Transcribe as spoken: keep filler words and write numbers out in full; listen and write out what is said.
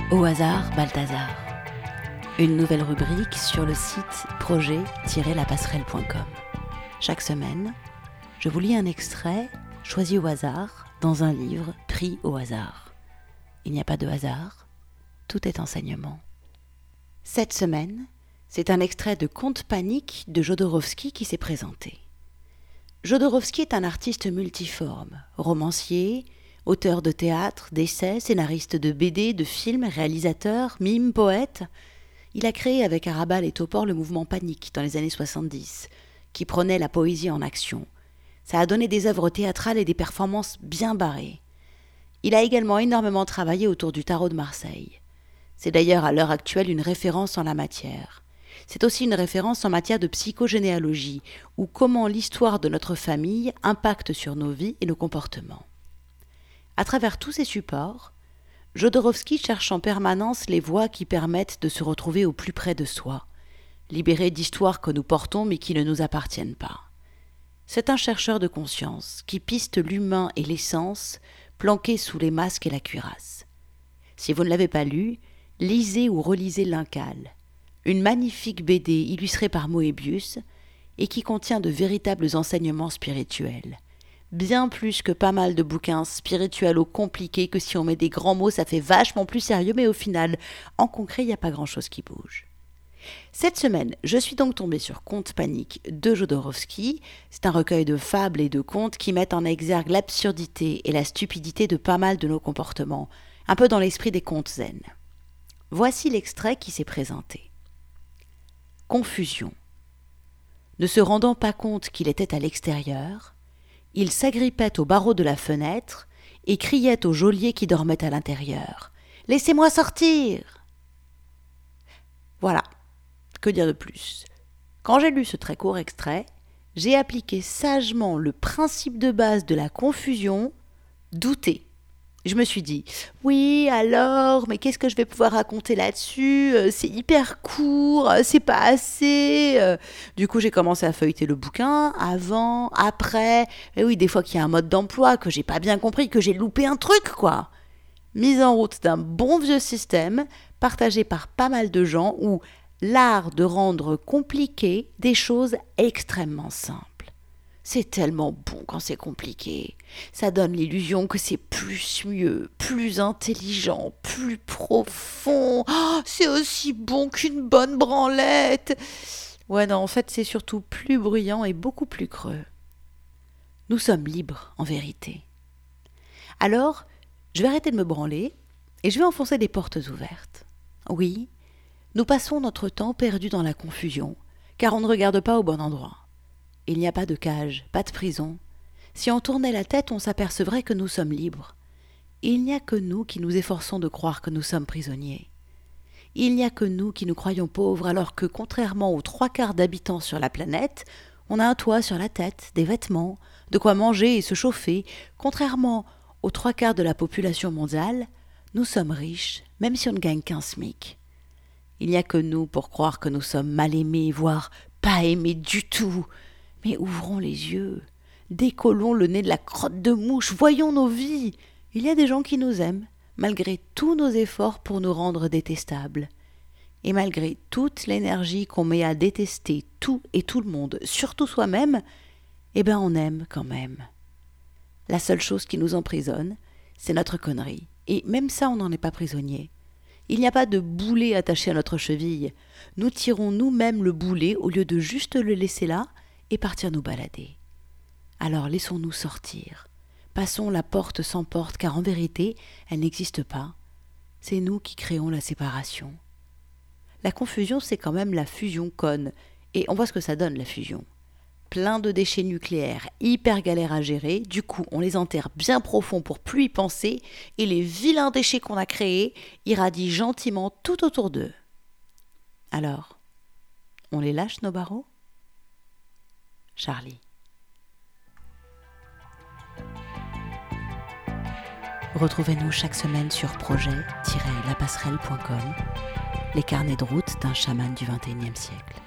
Au hasard, Balthazar. Une nouvelle rubrique sur le site projet tiret la passerelle point com. Chaque semaine, je vous lis un extrait choisi au hasard dans un livre pris au hasard. Il n'y a pas de hasard, tout est enseignement. Cette semaine, c'est un extrait de Conte panique de Jodorowsky qui s'est présenté. Jodorowsky est un artiste multiforme, romancier, auteur de théâtre, d'essais, scénariste de B D, de films, réalisateur, mime, poète. Il a créé avec Arabal et Topor le mouvement Panique dans les années soixante-dix, qui prenait la poésie en action. Ça a donné des œuvres théâtrales et des performances bien barrées. Il a également énormément travaillé autour du tarot de Marseille. C'est d'ailleurs à l'heure actuelle une référence en la matière. C'est aussi une référence en matière de psychogénéalogie, ou comment l'histoire de notre famille impacte sur nos vies et nos comportements. À travers tous ces supports, Jodorowsky cherche en permanence les voies qui permettent de se retrouver au plus près de soi, libérés d'histoires que nous portons mais qui ne nous appartiennent pas. C'est un chercheur de conscience qui piste l'humain et l'essence planqués sous les masques et la cuirasse. Si vous ne l'avez pas lu, lisez ou relisez L'Incal, une magnifique B D illustrée par Moebius et qui contient de véritables enseignements spirituels. Bien plus que pas mal de bouquins spirituels ou compliqués que si on met des grands mots, ça fait vachement plus sérieux, mais au final, en concret, il n'y a pas grand-chose qui bouge. Cette semaine, je suis donc tombée sur Conte panique de Jodorowsky. C'est un recueil de fables et de contes qui mettent en exergue l'absurdité et la stupidité de pas mal de nos comportements, un peu dans l'esprit des contes zen. Voici l'extrait qui s'est présenté. Confusion. Ne se rendant pas compte qu'il était à l'extérieur, il s'agrippait au barreau de la fenêtre et criait au geôlier qui dormait à l'intérieur. « Laissez-moi sortir !» Voilà, que dire de plus ? Quand j'ai lu ce très court extrait, j'ai appliqué sagement le principe de base de la confusion, douter. Je me suis dit, oui, alors, mais qu'est-ce que je vais pouvoir raconter là-dessus ? C'est hyper court, c'est pas assez. Du coup, j'ai commencé à feuilleter le bouquin, avant, après. Et oui, des fois qu'il y a un mode d'emploi que j'ai pas bien compris, que j'ai loupé un truc, quoi. Mise en route d'un bon vieux système, partagé par pas mal de gens, où l'art de rendre compliqué des choses extrêmement simples. C'est tellement bon quand c'est compliqué. Ça donne l'illusion que c'est plus mieux, plus intelligent, plus profond. Oh, c'est aussi bon qu'une bonne branlette. Ouais, non, en fait, c'est surtout plus bruyant et beaucoup plus creux. Nous sommes libres, en vérité. Alors, je vais arrêter de me branler et je vais enfoncer des portes ouvertes. Oui, nous passons notre temps perdu dans la confusion, car on ne regarde pas au bon endroit. Il n'y a pas de cage, pas de prison. Si on tournait la tête, on s'apercevrait que nous sommes libres. Il n'y a que nous qui nous efforçons de croire que nous sommes prisonniers. Il n'y a que nous qui nous croyons pauvres, alors que, contrairement aux trois quarts d'habitants sur la planète, on a un toit sur la tête, des vêtements, de quoi manger et se chauffer. Contrairement aux trois quarts de la population mondiale, nous sommes riches, même si on ne gagne qu'un SMIC. Il n'y a que nous pour croire que nous sommes mal aimés, voire pas aimés du tout. Mais ouvrons les yeux, décollons le nez de la crotte de mouche, voyons nos vies. Il y a des gens qui nous aiment, malgré tous nos efforts pour nous rendre détestables. Et malgré toute l'énergie qu'on met à détester tout et tout le monde, surtout soi-même, eh ben on aime quand même. La seule chose qui nous emprisonne, c'est notre connerie. Et même ça, on n'en est pas prisonnier. Il n'y a pas de boulet attaché à notre cheville. Nous tirons nous-mêmes le boulet au lieu de juste le laisser là et partir nous balader. Alors laissons-nous sortir. Passons la porte sans porte, car en vérité, elle n'existe pas. C'est nous qui créons la séparation. La confusion, c'est quand même la fusion conne. Et on voit ce que ça donne, la fusion. Plein de déchets nucléaires, hyper galères à gérer. Du coup, on les enterre bien profond pour plus y penser. Et les vilains déchets qu'on a créés irradient gentiment tout autour d'eux. Alors, on les lâche, nos barreaux ? Charlie. Retrouvez-nous chaque semaine sur projet tiret la passerelle point com, les carnets de route d'un chaman du vingt et unième siècle.